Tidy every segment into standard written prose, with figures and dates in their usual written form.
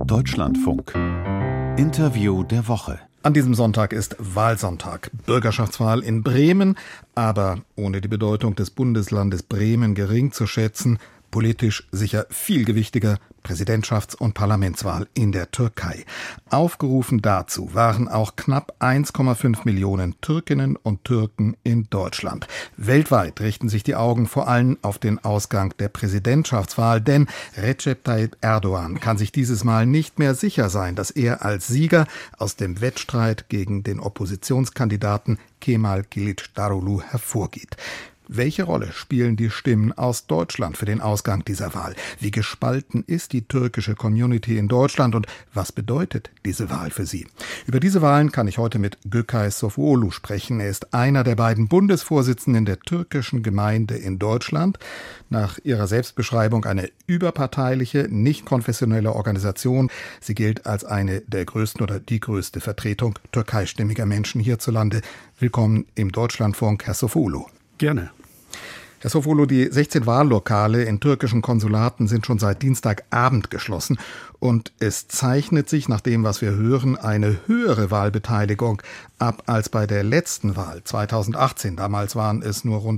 Deutschlandfunk. Interview der Woche. An diesem Sonntag ist Wahlsonntag, Bürgerschaftswahl in Bremen, aber ohne die Bedeutung des Bundeslandes Bremen gering zu schätzen, politisch sicher viel gewichtiger Präsidentschafts- und Parlamentswahl in der Türkei. Aufgerufen dazu waren auch knapp 1,5 Millionen Türkinnen und Türken in Deutschland. Weltweit richten sich die Augen vor allem auf den Ausgang der Präsidentschaftswahl, denn Recep Tayyip Erdogan kann sich dieses Mal nicht mehr sicher sein, dass er als Sieger aus dem Wettstreit gegen den Oppositionskandidaten Kemal Kılıçdaroğlu hervorgeht. Welche Rolle spielen die Stimmen aus Deutschland für den Ausgang dieser Wahl? Wie gespalten ist die türkische Community in Deutschland und was bedeutet diese Wahl für sie? Über diese Wahlen kann ich heute mit Gökay Sofuoglu sprechen. Er ist einer der beiden Bundesvorsitzenden der türkischen Gemeinde in Deutschland. Nach ihrer Selbstbeschreibung eine überparteiliche, nicht konfessionelle Organisation. Sie gilt als eine der größten oder die größte Vertretung türkeistimmiger Menschen hierzulande. Willkommen im Deutschlandfunk, Herr Sofuoglu. Gerne. Herr Sofuoglu, die 16 Wahllokale in türkischen Konsulaten sind schon seit Dienstagabend geschlossen und es zeichnet sich, nach dem, was wir hören, eine höhere Wahlbeteiligung ab als bei der letzten Wahl 2018. Damals waren es nur rund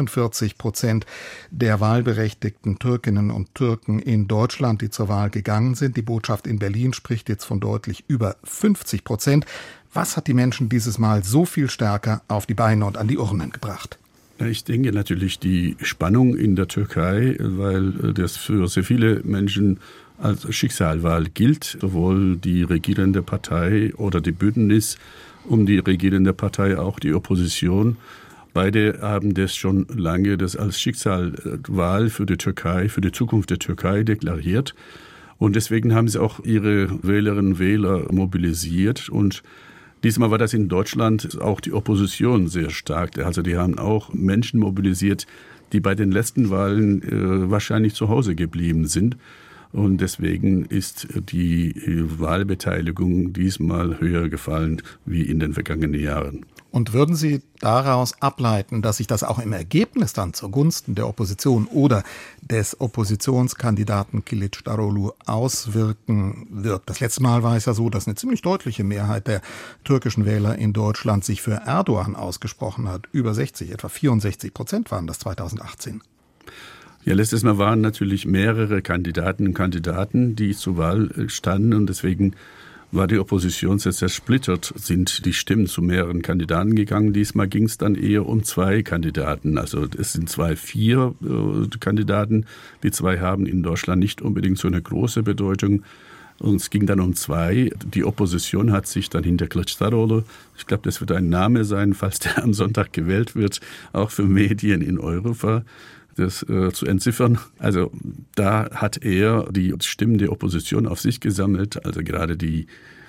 43% der wahlberechtigten Türkinnen und Türken in Deutschland, die zur Wahl gegangen sind. Die Botschaft in Berlin spricht jetzt von deutlich über 50%. Was hat die Menschen dieses Mal so viel stärker auf die Beine und an die Urnen gebracht? Ich denke natürlich die Spannung in der Türkei, weil das für sehr viele Menschen als Schicksalswahl gilt. Sowohl die regierende Partei oder die Bündnis um die regierende Partei, auch die Opposition. Beide haben das schon lange das als Schicksalswahl für die Türkei, für die Zukunft der Türkei deklariert. Und deswegen haben sie auch ihre Wählerinnen und Wähler mobilisiert. Und diesmal war das in Deutschland auch die Opposition sehr stark. Also die haben auch Menschen mobilisiert, die bei den letzten Wahlen wahrscheinlich zu Hause geblieben sind. Und deswegen ist die Wahlbeteiligung diesmal höher gefallen wie in den vergangenen Jahren. Und würden Sie daraus ableiten, dass sich das auch im Ergebnis dann zugunsten der Opposition oder des Oppositionskandidaten Kılıçdaroğlu auswirken wird? Das letzte Mal war es ja so, dass eine ziemlich deutliche Mehrheit der türkischen Wähler in Deutschland sich für Erdogan ausgesprochen hat. Über 60, etwa 64% waren das 2018. Ja, letztes Mal waren natürlich mehrere Kandidatinnen und Kandidaten, die zur Wahl standen und deswegen war die Opposition sehr zersplittert, sind die Stimmen zu mehreren Kandidaten gegangen. Diesmal ging es dann eher um zwei Kandidaten. Also es sind vier Kandidaten. Die zwei haben in Deutschland nicht unbedingt so eine große Bedeutung. Und es ging dann um zwei. Die Opposition hat sich dann hinter Kılıçdaroğlu, ich glaube, das wird ein Name sein, falls der am Sonntag gewählt wird, auch für Medien in Europa, das zu entziffern. Also da hat er die Stimmen der Opposition auf sich gesammelt, also gerade die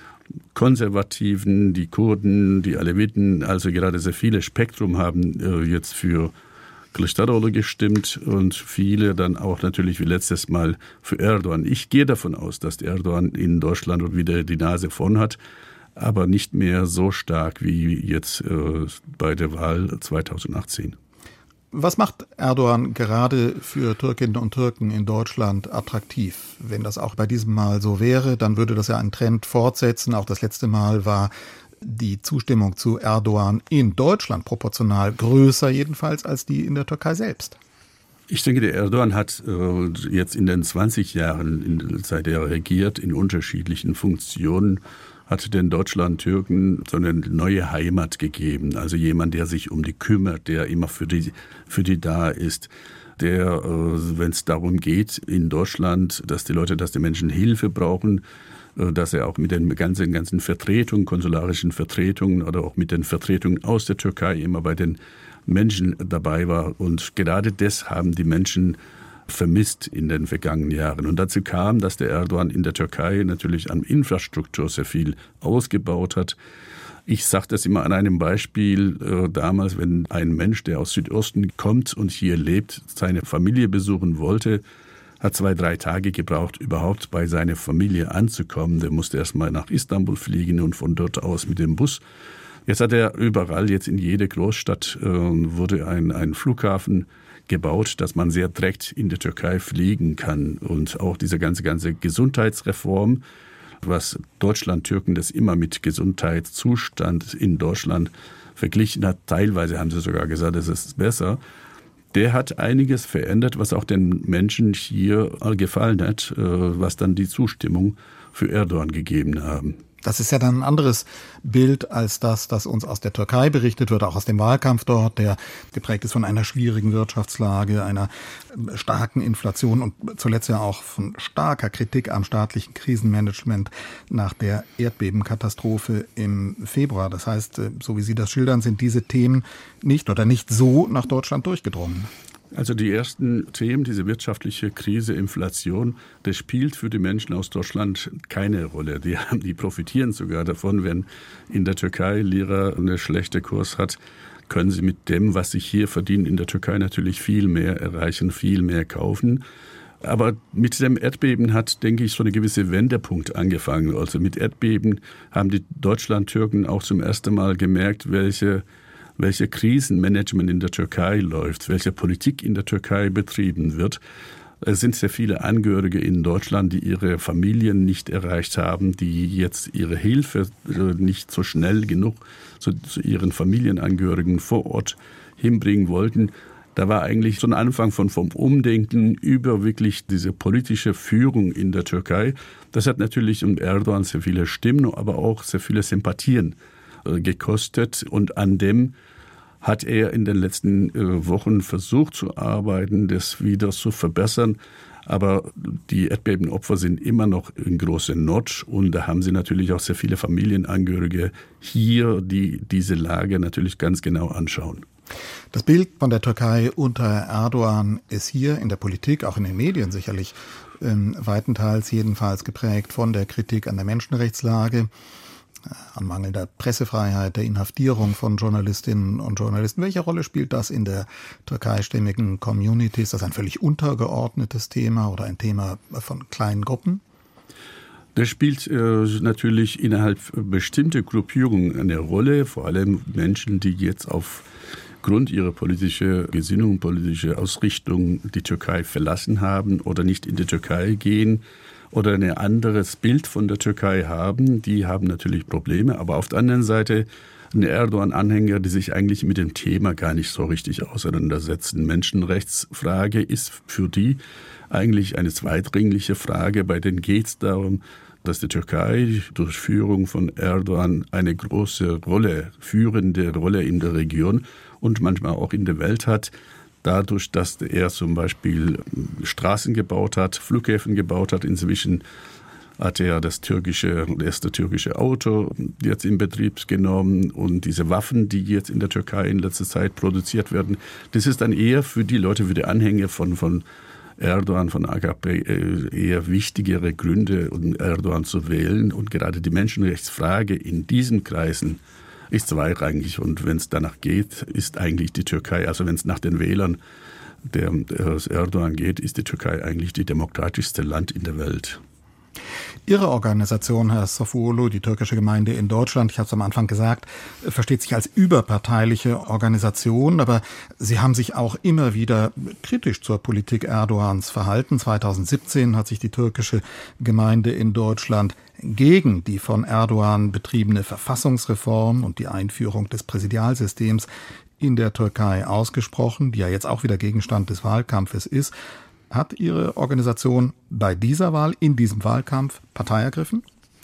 Konservativen, die Kurden, die Aleviten, also gerade sehr viele Spektrum haben jetzt für Kılıçdaroğlu gestimmt und viele dann auch natürlich wie letztes Mal für Erdogan. Ich gehe davon aus, dass Erdogan in Deutschland wieder die Nase vorn hat, aber nicht mehr so stark wie jetzt bei der Wahl 2018. Was macht Erdogan gerade für Türkinnen und Türken in Deutschland attraktiv? Wenn das auch bei diesem Mal so wäre, dann würde das ja einen Trend fortsetzen. Auch das letzte Mal war die Zustimmung zu Erdogan in Deutschland proportional größer jedenfalls als die in der Türkei selbst. Ich denke, der Erdogan hat jetzt in den 20 Jahren, seit er regiert, in unterschiedlichen Funktionen, hat den Deutschland-Türken so eine neue Heimat gegeben. Also jemand, der sich um die kümmert, der immer für die da ist. Der, wenn es darum geht in Deutschland, dass die Menschen Hilfe brauchen, dass er auch mit den ganzen Vertretungen, konsularischen Vertretungen oder auch mit den Vertretungen aus der Türkei immer bei den Menschen dabei war. Und gerade das haben die Menschen vermisst in den vergangenen Jahren. Und dazu kam, dass der Erdogan in der Türkei natürlich an Infrastruktur sehr viel ausgebaut hat. Ich sage das immer an einem Beispiel. Damals, wenn ein Mensch, der aus Südosten kommt und hier lebt, seine Familie besuchen wollte, hat 2-3 Tage gebraucht, überhaupt bei seiner Familie anzukommen. Der musste erst mal nach Istanbul fliegen und von dort aus mit dem Bus. Jetzt hat er überall, jetzt in jeder Großstadt, wurde ein Flughafen gebaut, dass man sehr direkt in die Türkei fliegen kann. Und auch diese ganze Gesundheitsreform, was Deutschland-Türken das immer mit Gesundheitszustand in Deutschland verglichen hat, teilweise haben sie sogar gesagt, es ist besser, der hat einiges verändert, was auch den Menschen hier gefallen hat, was dann die Zustimmung für Erdogan gegeben haben. Das ist ja dann ein anderes Bild als das uns aus der Türkei berichtet wird, auch aus dem Wahlkampf dort, der geprägt ist von einer schwierigen Wirtschaftslage, einer starken Inflation und zuletzt ja auch von starker Kritik am staatlichen Krisenmanagement nach der Erdbebenkatastrophe im Februar. Das heißt, so wie Sie das schildern, sind diese Themen nicht so nach Deutschland durchgedrungen. Also die ersten Themen, diese wirtschaftliche Krise, Inflation, das spielt für die Menschen aus Deutschland keine Rolle. Die profitieren sogar davon, wenn in der Türkei Lira eine schlechte Kurs hat, können sie mit dem, was sie hier verdienen, in der Türkei natürlich viel mehr erreichen, viel mehr kaufen. Aber mit dem Erdbeben hat, denke ich, so eine gewisse Wendepunkt angefangen. Also mit Erdbeben haben die Deutschland-Türken auch zum ersten Mal gemerkt, welche Krisenmanagement in der Türkei läuft, welche Politik in der Türkei betrieben wird. Es sind sehr viele Angehörige in Deutschland, die ihre Familien nicht erreicht haben, die jetzt ihre Hilfe nicht so schnell genug zu ihren Familienangehörigen vor Ort hinbringen wollten. Da war eigentlich so ein Anfang vom Umdenken über wirklich diese politische Führung in der Türkei. Das hat natürlich um Erdogan sehr viele Stimmen, aber auch sehr viele Sympathien gekostet, und an dem hat er in den letzten Wochen versucht zu arbeiten, das wieder zu verbessern. Aber die Erdbebenopfer sind immer noch in großer Not, und da haben sie natürlich auch sehr viele Familienangehörige hier, die diese Lage natürlich ganz genau anschauen. Das Bild von der Türkei unter Erdogan ist hier in der Politik, auch in den Medien sicherlich weitenteils jedenfalls geprägt von der Kritik an der Menschenrechtslage, an mangelnder Pressefreiheit, der Inhaftierung von Journalistinnen und Journalisten. Welche Rolle spielt das in der türkeistämmigen Community? Ist das ein völlig untergeordnetes Thema oder ein Thema von kleinen Gruppen? Das spielt natürlich innerhalb bestimmter Gruppierungen eine Rolle, vor allem Menschen, die jetzt aufgrund ihrer politischen Gesinnung, politische Ausrichtung die Türkei verlassen haben oder nicht in die Türkei gehen oder ein anderes Bild von der Türkei haben, die haben natürlich Probleme. Aber auf der anderen Seite eine Erdogan-Anhänger, die sich eigentlich mit dem Thema gar nicht so richtig auseinandersetzen. Menschenrechtsfrage ist für die eigentlich eine zweitrangige Frage. Bei denen geht es darum, dass die Türkei durch Führung von Erdogan eine große Rolle, führende Rolle in der Region und manchmal auch in der Welt hat. Dadurch, dass er zum Beispiel Straßen gebaut hat, Flughäfen gebaut hat. Inzwischen hat er das erste türkische Auto jetzt in Betrieb genommen. Und diese Waffen, die jetzt in der Türkei in letzter Zeit produziert werden, das ist dann eher für die Leute, für die Anhänger von Erdogan, von AKP, eher wichtigere Gründe, um Erdogan zu wählen. Und gerade die Menschenrechtsfrage in diesen Kreisen ist zweirangig, und wenn es danach geht, ist eigentlich die Türkei, also wenn es nach den Wählern der Erdogan geht, ist die Türkei eigentlich die demokratischste Land in der Welt. Ihre Organisation, Herr Sofuoglu, die türkische Gemeinde in Deutschland, ich habe es am Anfang gesagt, versteht sich als überparteiliche Organisation, aber Sie haben sich auch immer wieder kritisch zur Politik Erdogans verhalten. 2017 hat sich die türkische Gemeinde in Deutschland gegen die von Erdogan betriebene Verfassungsreform und die Einführung des Präsidialsystems in der Türkei ausgesprochen, die ja jetzt auch wieder Gegenstand des Wahlkampfes ist. Hat Ihre Organisation bei dieser Wahl, in diesem Wahlkampf, Partei ergriffen?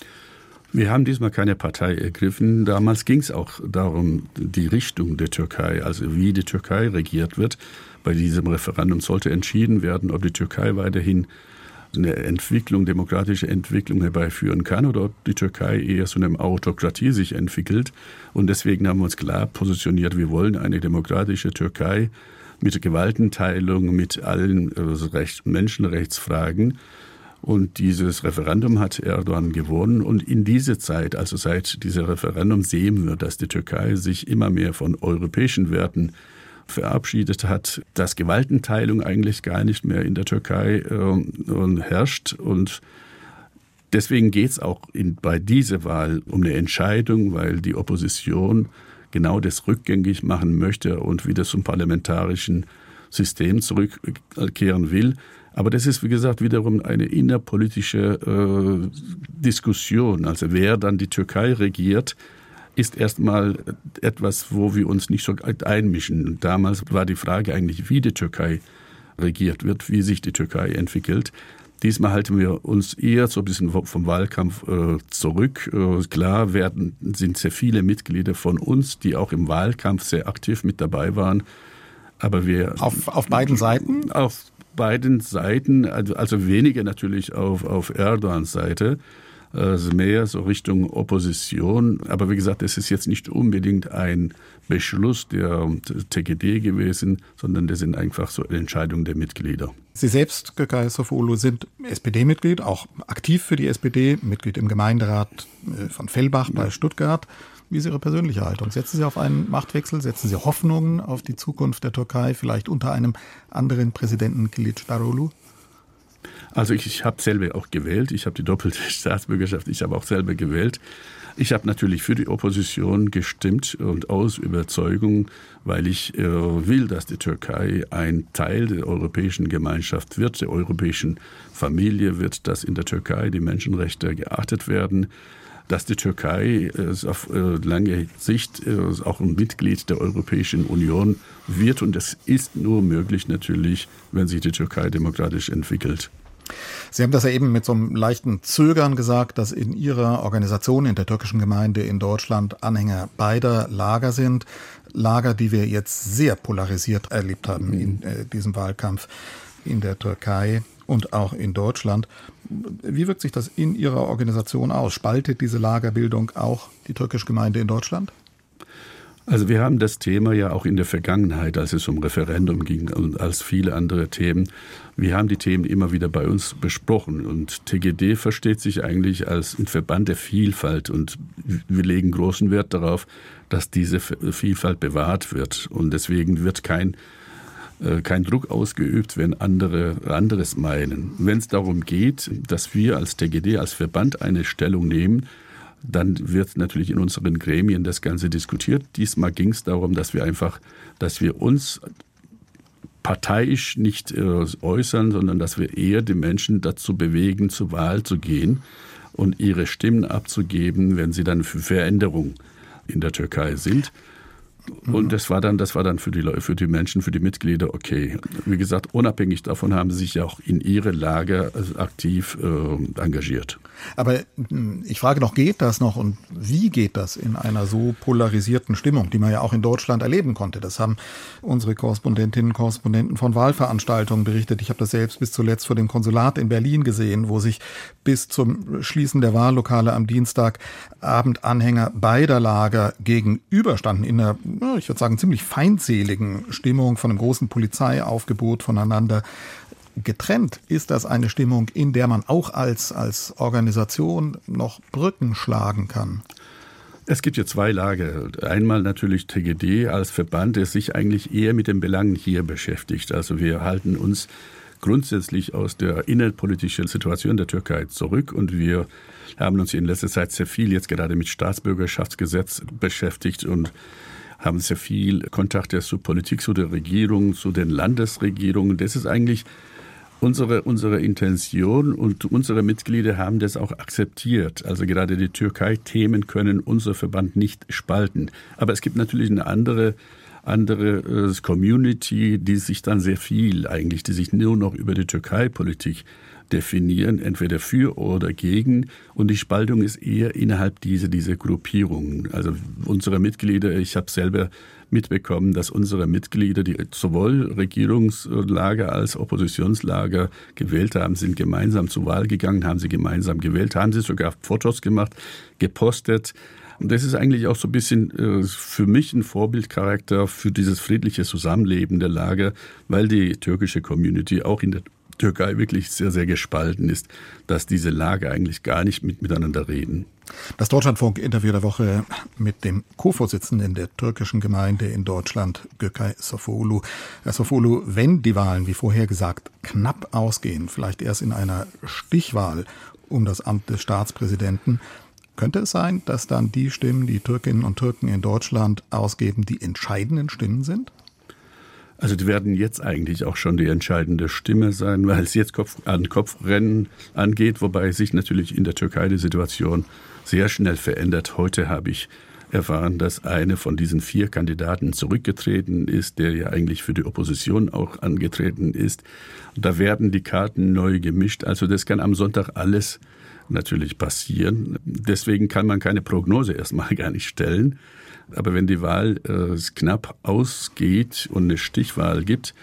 Wir haben diesmal keine Partei ergriffen. Damals ging es auch darum, die Richtung der Türkei, also wie die Türkei regiert wird. Bei diesem Referendum sollte entschieden werden, ob die Türkei weiterhin eine demokratische Entwicklung herbeiführen kann oder ob die Türkei eher zu einer Autokratie sich entwickelt. Und deswegen haben wir uns klar positioniert, wir wollen eine demokratische Türkei mit Gewaltenteilung, mit allen Menschenrechtsfragen. Und dieses Referendum hat Erdogan gewonnen. Und in dieser Zeit, also seit diesem Referendum, sehen wir, dass die Türkei sich immer mehr von europäischen Werten verabschiedet hat, dass Gewaltenteilung eigentlich gar nicht mehr in der Türkei herrscht. Und deswegen geht es auch bei dieser Wahl um eine Entscheidung, weil die Opposition genau das rückgängig machen möchte und wieder zum parlamentarischen System zurückkehren will. Aber das ist, wie gesagt, wiederum eine innerpolitische Diskussion. Also wer dann die Türkei regiert, ist erstmal etwas, wo wir uns nicht so einmischen. Damals war die Frage eigentlich, wie die Türkei regiert wird, wie sich die Türkei entwickelt. Diesmal halten wir uns eher so ein bisschen vom Wahlkampf zurück. Klar sind sehr viele Mitglieder von uns, die auch im Wahlkampf sehr aktiv mit dabei waren. Aber wir auf beiden Seiten? Auf beiden Seiten, also weniger natürlich auf Erdogans Seite, also mehr so Richtung Opposition. Aber wie gesagt, das ist jetzt nicht unbedingt ein Beschluss der TGD gewesen, sondern das sind einfach so Entscheidungen der Mitglieder. Sie selbst, Gökay Sofuoglu, sind SPD-Mitglied, auch aktiv für die SPD, Mitglied im Gemeinderat von Fellbach bei Stuttgart. Wie ist Ihre persönliche Haltung? Setzen Sie auf einen Machtwechsel? Setzen Sie Hoffnungen auf die Zukunft der Türkei, vielleicht unter einem anderen Präsidenten Kılıçdaroğlu? Also ich habe selber auch gewählt. Ich habe die doppelte Staatsbürgerschaft. Ich habe auch selber gewählt. Ich habe natürlich für die Opposition gestimmt und aus Überzeugung, weil ich will, dass die Türkei ein Teil der europäischen Gemeinschaft wird, der europäischen Familie wird, dass in der Türkei die Menschenrechte geachtet werden, dass die Türkei auf lange Sicht auch ein Mitglied der Europäischen Union wird. Und das ist nur möglich natürlich, wenn sich die Türkei demokratisch entwickelt. Sie haben das ja eben mit so einem leichten Zögern gesagt, dass in Ihrer Organisation, in der türkischen Gemeinde in Deutschland, Anhänger beider Lager sind. Lager, die wir jetzt sehr polarisiert erlebt haben in diesem Wahlkampf in der Türkei und auch in Deutschland. Wie wirkt sich das in Ihrer Organisation aus? Spaltet diese Lagerbildung auch die türkische Gemeinde in Deutschland? Also wir haben das Thema ja auch in der Vergangenheit, als es um Referendum ging und als viele andere Themen. Wir haben die Themen immer wieder bei uns besprochen und TGD versteht sich eigentlich als ein Verband der Vielfalt und wir legen großen Wert darauf, dass diese Vielfalt bewahrt wird und deswegen wird kein Druck ausgeübt, wenn andere anderes meinen. Wenn es darum geht, dass wir als TGD, als Verband eine Stellung nehmen, dann wird natürlich in unseren Gremien das Ganze diskutiert. Diesmal ging es darum, dass wir uns parteiisch nicht äußern, sondern dass wir eher die Menschen dazu bewegen, zur Wahl zu gehen und ihre Stimmen abzugeben, wenn sie dann für Veränderung in der Türkei sind. Und das war dann für die Menschen, für die Mitglieder okay. Wie gesagt, unabhängig davon haben sie sich ja auch in ihre Lager aktiv engagiert. Aber ich frage noch, geht das noch und wie geht das in einer so polarisierten Stimmung, die man ja auch in Deutschland erleben konnte? Das haben unsere Korrespondentinnen und Korrespondenten von Wahlveranstaltungen berichtet. Ich habe das selbst bis zuletzt vor dem Konsulat in Berlin gesehen, wo sich bis zum Schließen der Wahllokale am Dienstagabend Anhänger beider Lager gegenüberstanden in einer, ich würde sagen, ziemlich feindseligen Stimmung, von einem großen Polizeiaufgebot voneinander getrennt. Ist das eine Stimmung, in der man auch als Organisation noch Brücken schlagen kann? Es gibt ja zwei Lager. Einmal natürlich TGD als Verband, der sich eigentlich eher mit den Belangen hier beschäftigt. Also wir halten uns grundsätzlich aus der innenpolitischen Situation der Türkei zurück und wir haben uns in letzter Zeit sehr viel jetzt gerade mit Staatsbürgerschaftsgesetz beschäftigt und haben sehr viel Kontakte zur Politik, zu der Regierung, zu den Landesregierungen. Das ist eigentlich unsere Intention und unsere Mitglieder haben das auch akzeptiert. Also gerade die Türkei-Themen können unser Verband nicht spalten. Aber es gibt natürlich eine andere Community, die sich dann sehr viel eigentlich, die sich nur noch über die Türkei-Politik definieren, entweder für oder gegen. Und die Spaltung ist eher innerhalb dieser Gruppierungen. Also unsere Mitglieder, ich habe selber mitbekommen, dass unsere Mitglieder, die sowohl Regierungslager als Oppositionslager gewählt haben, sind gemeinsam zur Wahl gegangen, haben sie gemeinsam gewählt, haben sie sogar Fotos gemacht, gepostet. Und das ist eigentlich auch so ein bisschen für mich ein Vorbildcharakter für dieses friedliche Zusammenleben der Lager, weil die türkische Community auch in der Türkei wirklich sehr, sehr gespalten ist, dass diese Lager eigentlich gar nicht miteinander reden. Das Deutschlandfunk-Interview der Woche mit dem Co-Vorsitzenden der türkischen Gemeinde in Deutschland, Gökay Sofuoglu. Herr Sofuoglu, wenn die Wahlen, wie vorher gesagt, knapp ausgehen, vielleicht erst in einer Stichwahl um das Amt des Staatspräsidenten, könnte es sein, dass dann die Stimmen, die Türkinnen und Türken in Deutschland ausgeben, die entscheidenden Stimmen sind? Also die werden jetzt eigentlich auch schon die entscheidende Stimme sein, weil es jetzt Kopf-an-Kopf-Rennen angeht, wobei sich natürlich in der Türkei die Situation sehr schnell verändert. Heute habe ich erfahren, dass eine von diesen 4 Kandidaten zurückgetreten ist, der ja eigentlich für die Opposition auch angetreten ist. Da werden die Karten neu gemischt. Also das kann am Sonntag alles natürlich passieren. Deswegen kann man keine Prognose erstmal gar nicht stellen. Aber wenn die Wahl knapp ausgeht und eine Stichwahl gibt,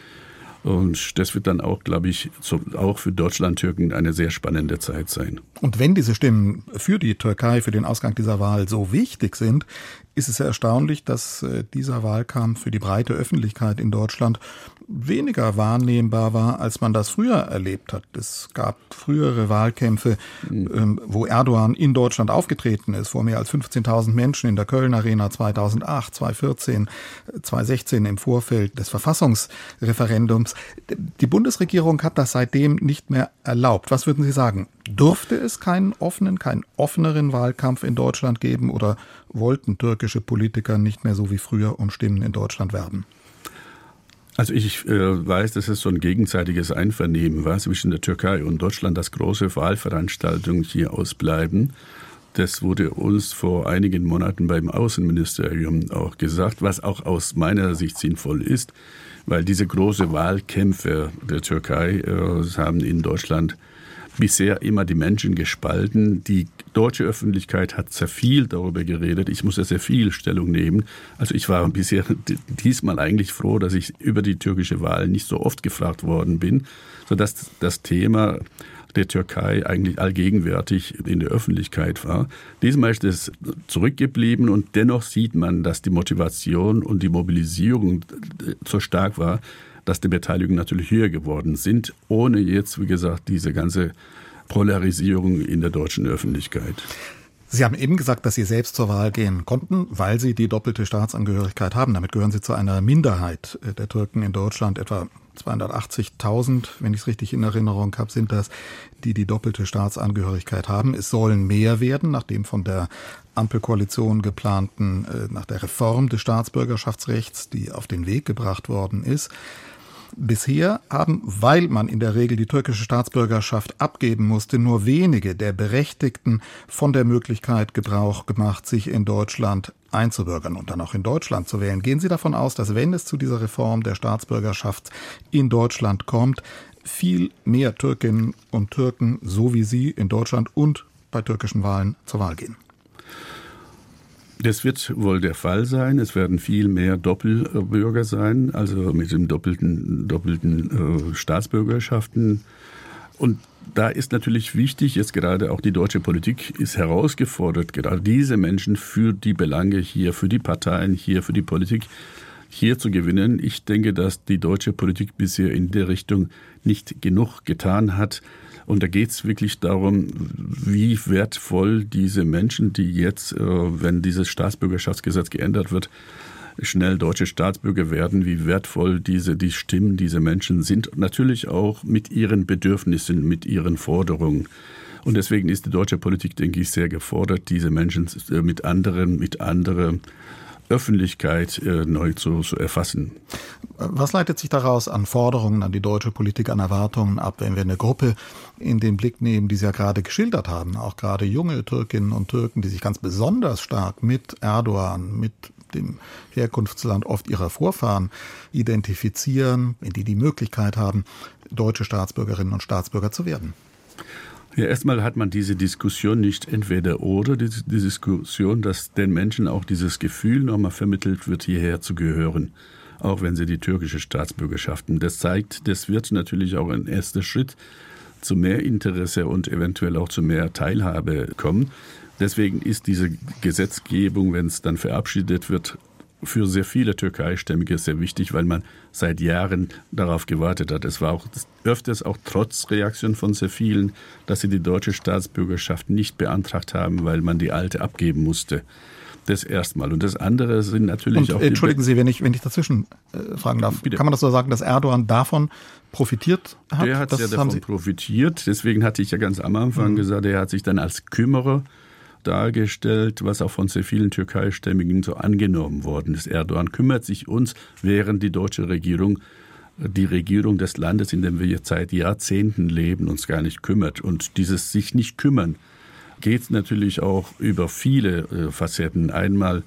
und das wird dann auch, glaube ich, auch für Deutschland-Türken eine sehr spannende Zeit sein. Und wenn diese Stimmen für die Türkei, für den Ausgang dieser Wahl so wichtig sind, ist es ja erstaunlich, dass dieser Wahlkampf für die breite Öffentlichkeit in Deutschland weniger wahrnehmbar war, als man das früher erlebt hat. Es gab frühere Wahlkämpfe, wo Erdogan in Deutschland aufgetreten ist, vor mehr als 15.000 Menschen in der Köln Arena 2008, 2014, 2016 im Vorfeld des Verfassungsreferendums. Die Bundesregierung hat das seitdem nicht mehr erlaubt. Was würden Sie sagen? Durfte es keinen offeneren Wahlkampf in Deutschland geben oder wollten türkische Politiker nicht mehr so wie früher um Stimmen in Deutschland werben? Also ich weiß, dass es so ein gegenseitiges Einvernehmen war zwischen der Türkei und Deutschland, dass große Wahlveranstaltungen hier ausbleiben. Das wurde uns vor einigen Monaten beim Außenministerium auch gesagt, was auch aus meiner Sicht sinnvoll ist, weil diese großen Wahlkämpfe der Türkei haben in Deutschland bisher immer die Menschen gespalten. Die deutsche Öffentlichkeit hat sehr viel darüber geredet. Ich muss ja sehr viel Stellung nehmen. Also ich war bisher diesmal eigentlich froh, dass ich über die türkische Wahl nicht so oft gefragt worden bin, sodass das Thema der Türkei eigentlich allgegenwärtig in der Öffentlichkeit war. Diesmal ist es zurückgeblieben und dennoch sieht man, dass die Motivation und die Mobilisierung so stark war, dass die Beteiligungen natürlich höher geworden sind, ohne jetzt, wie gesagt, diese ganze Polarisierung in der deutschen Öffentlichkeit. Sie haben eben gesagt, dass Sie selbst zur Wahl gehen konnten, weil Sie die doppelte Staatsangehörigkeit haben. Damit gehören Sie zu einer Minderheit der Türken in Deutschland. Etwa 280.000, wenn ich es richtig in Erinnerung habe, sind das, die die doppelte Staatsangehörigkeit haben. Es sollen mehr werden, nach dem von der Ampelkoalition geplanten, nach der Reform des Staatsbürgerschaftsrechts, die auf den Weg gebracht worden ist. Bisher haben, weil man in der Regel die türkische Staatsbürgerschaft abgeben musste, nur wenige der Berechtigten von der Möglichkeit Gebrauch gemacht, sich in Deutschland einzubürgern und dann auch in Deutschland zu wählen. Gehen Sie davon aus, dass wenn es zu dieser Reform der Staatsbürgerschaft in Deutschland kommt, viel mehr Türkinnen und Türken, so wie Sie, in Deutschland und bei türkischen Wahlen zur Wahl gehen? Das wird wohl der Fall sein. Es werden viel mehr Doppelbürger sein, also mit dem doppelten Staatsbürgerschaften. Und da ist natürlich wichtig, jetzt gerade auch die deutsche Politik ist herausgefordert, gerade diese Menschen für die Belange hier, für die Parteien hier, für die Politik hier zu gewinnen. Ich denke, dass die deutsche Politik bisher in der Richtung nicht genug getan hat. Und da geht es wirklich darum, wie wertvoll diese Menschen, die jetzt, wenn dieses Staatsbürgerschaftsgesetz geändert wird, schnell deutsche Staatsbürger werden, wie wertvoll die Stimmen dieser Menschen sind. Natürlich auch mit ihren Bedürfnissen, mit ihren Forderungen. Und deswegen ist die deutsche Politik, denke ich, sehr gefordert, diese Menschen mit anderer Öffentlichkeit neu zu erfassen. Was leitet sich daraus an Forderungen an die deutsche Politik, an Erwartungen ab, wenn wir eine Gruppe in den Blick nehmen, die Sie ja gerade geschildert haben, auch gerade junge Türkinnen und Türken, die sich ganz besonders stark mit Erdogan, mit dem Herkunftsland oft ihrer Vorfahren identifizieren, wenn die Möglichkeit haben, deutsche Staatsbürgerinnen und Staatsbürger zu werden? Ja, erstmal hat man diese Diskussion nicht entweder oder, die Diskussion, dass den Menschen auch dieses Gefühl nochmal vermittelt wird, hierher zu gehören, auch wenn sie die türkische Staatsbürgerschaft haben. Das zeigt, das wird natürlich auch ein erster Schritt zu mehr Interesse und eventuell auch zu mehr Teilhabe kommen. Deswegen ist diese Gesetzgebung, wenn es dann verabschiedet wird, für sehr viele Türkeistämmige sehr wichtig, weil man seit Jahren darauf gewartet hat. Es war auch öfters auch trotz Reaktion von sehr vielen, dass sie die deutsche Staatsbürgerschaft nicht beantragt haben, weil man die alte abgeben musste. Das erstmal. Und das andere sind natürlich auch... Entschuldigen Sie, wenn ich dazwischen fragen darf. Bitte. Kann man das so sagen, dass Erdogan davon profitiert hat? Der hat sehr davon profitiert. Deswegen hatte ich ja ganz am Anfang gesagt, er hat sich dann als Kümmerer dargestellt, was auch von sehr vielen Türkeistämmigen so angenommen worden ist. Erdogan kümmert sich uns, während die deutsche Regierung, die Regierung des Landes, in dem wir jetzt seit Jahrzehnten leben, uns gar nicht kümmert. Und dieses sich nicht kümmern geht natürlich auch über viele Facetten. Einmal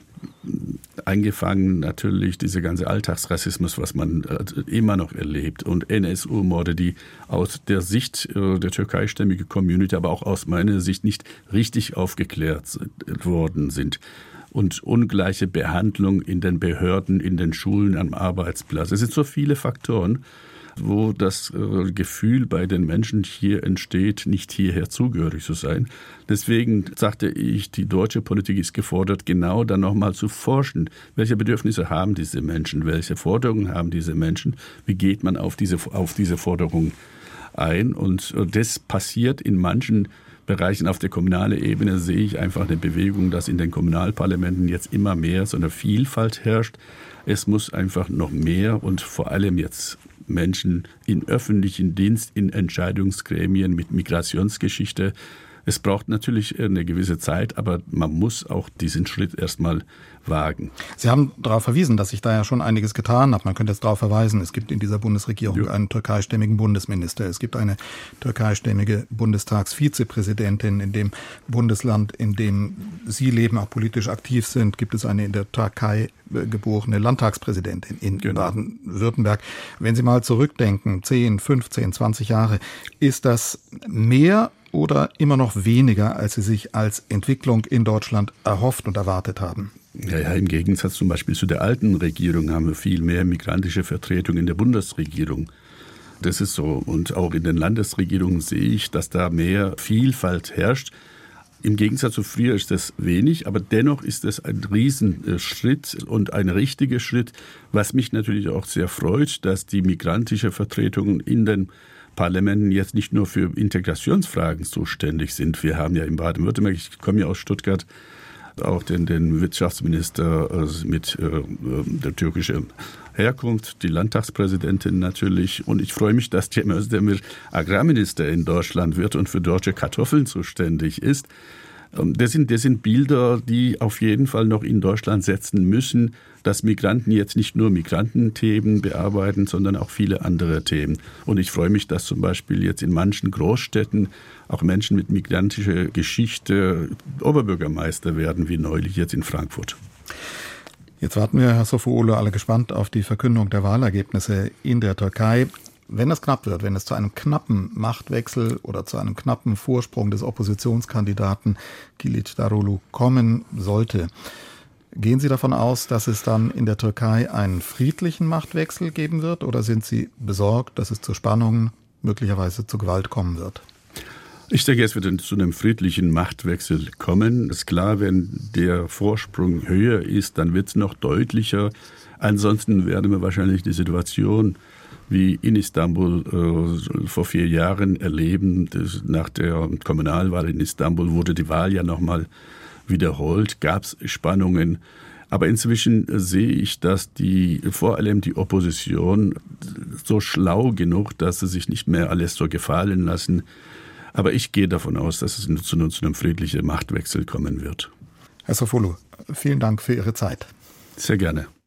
eingefangen natürlich dieser ganze Alltagsrassismus, was man immer noch erlebt, und NSU-Morde, die aus der Sicht der türkeistämmigen Community, aber auch aus meiner Sicht nicht richtig aufgeklärt worden sind. Und ungleiche Behandlung in den Behörden, in den Schulen, am Arbeitsplatz. Es sind so viele Faktoren, wo das Gefühl bei den Menschen hier entsteht, nicht hierher zugehörig zu sein. Deswegen sagte ich, die deutsche Politik ist gefordert, genau dann nochmal zu forschen. Welche Bedürfnisse haben diese Menschen? Welche Forderungen haben diese Menschen? Wie geht man auf diese Forderungen ein? Und das passiert in manchen Bereichen. Auf der kommunalen Ebene sehe ich einfach eine Bewegung, dass in den Kommunalparlamenten jetzt immer mehr so eine Vielfalt herrscht. Es muss einfach noch mehr und vor allem jetzt Menschen in öffentlichen Dienst, in Entscheidungsgremien mit Migrationsgeschichte. Es braucht natürlich eine gewisse Zeit, aber man muss auch diesen Schritt erstmal wagen. Sie haben darauf verwiesen, dass sich da ja schon einiges getan hat. Man könnte jetzt darauf verweisen, es gibt in dieser Bundesregierung einen türkeistämmigen Bundesminister. Es gibt eine türkeistämmige Bundestagsvizepräsidentin. In dem Bundesland, in dem Sie leben, auch politisch aktiv sind, gibt es eine in der Türkei geborene Landtagspräsidentin in Baden-Württemberg. Wenn Sie mal zurückdenken, 10, 15, 20 Jahre, ist das mehr oder immer noch weniger, als Sie sich als Entwicklung in Deutschland erhofft und erwartet haben? Ja, im Gegensatz zum Beispiel zu der alten Regierung haben wir viel mehr migrantische Vertretung in der Bundesregierung. Das ist so. Und auch in den Landesregierungen sehe ich, dass da mehr Vielfalt herrscht. Im Gegensatz zu früher ist das wenig, aber dennoch ist es ein Riesenschritt und ein richtiger Schritt, was mich natürlich auch sehr freut, dass die migrantische Vertretung in den Parlamenten jetzt nicht nur für Integrationsfragen zuständig sind. Wir haben ja in Baden-Württemberg, ich komme ja aus Stuttgart, auch den Wirtschaftsminister mit der türkischen Herkunft, die Landtagspräsidentin natürlich. Und ich freue mich, dass Cem Özdemir Agrarminister in Deutschland wird und für deutsche Kartoffeln zuständig ist. Das sind Bilder, die auf jeden Fall noch in Deutschland setzen müssen, dass Migranten jetzt nicht nur Migrantenthemen bearbeiten, sondern auch viele andere Themen. Und ich freue mich, dass zum Beispiel jetzt in manchen Großstädten auch Menschen mit migrantischer Geschichte Oberbürgermeister werden, wie neulich jetzt in Frankfurt. Jetzt warten wir, Herr Sofuoğlu, alle gespannt auf die Verkündung der Wahlergebnisse in der Türkei. Wenn es knapp wird, wenn es zu einem knappen Machtwechsel oder zu einem knappen Vorsprung des Oppositionskandidaten Kılıçdaroğlu kommen sollte, gehen Sie davon aus, dass es dann in der Türkei einen friedlichen Machtwechsel geben wird, oder sind Sie besorgt, dass es zu Spannungen, möglicherweise zu Gewalt kommen wird? Ich denke, es wird zu einem friedlichen Machtwechsel kommen. Es ist klar, wenn der Vorsprung höher ist, dann wird es noch deutlicher. Ansonsten werden wir wahrscheinlich die Situation wie in Istanbul vor 4 Jahren erleben. Nach der Kommunalwahl in Istanbul wurde die Wahl ja nochmal wiederholt, gab es Spannungen. Aber inzwischen sehe ich, dass vor allem die Opposition so schlau genug, dass sie sich nicht mehr alles so gefallen lassen. Aber ich gehe davon aus, dass es zu einem friedlichen Machtwechsel kommen wird. Herr Sofuoğlu, vielen Dank für Ihre Zeit. Sehr gerne.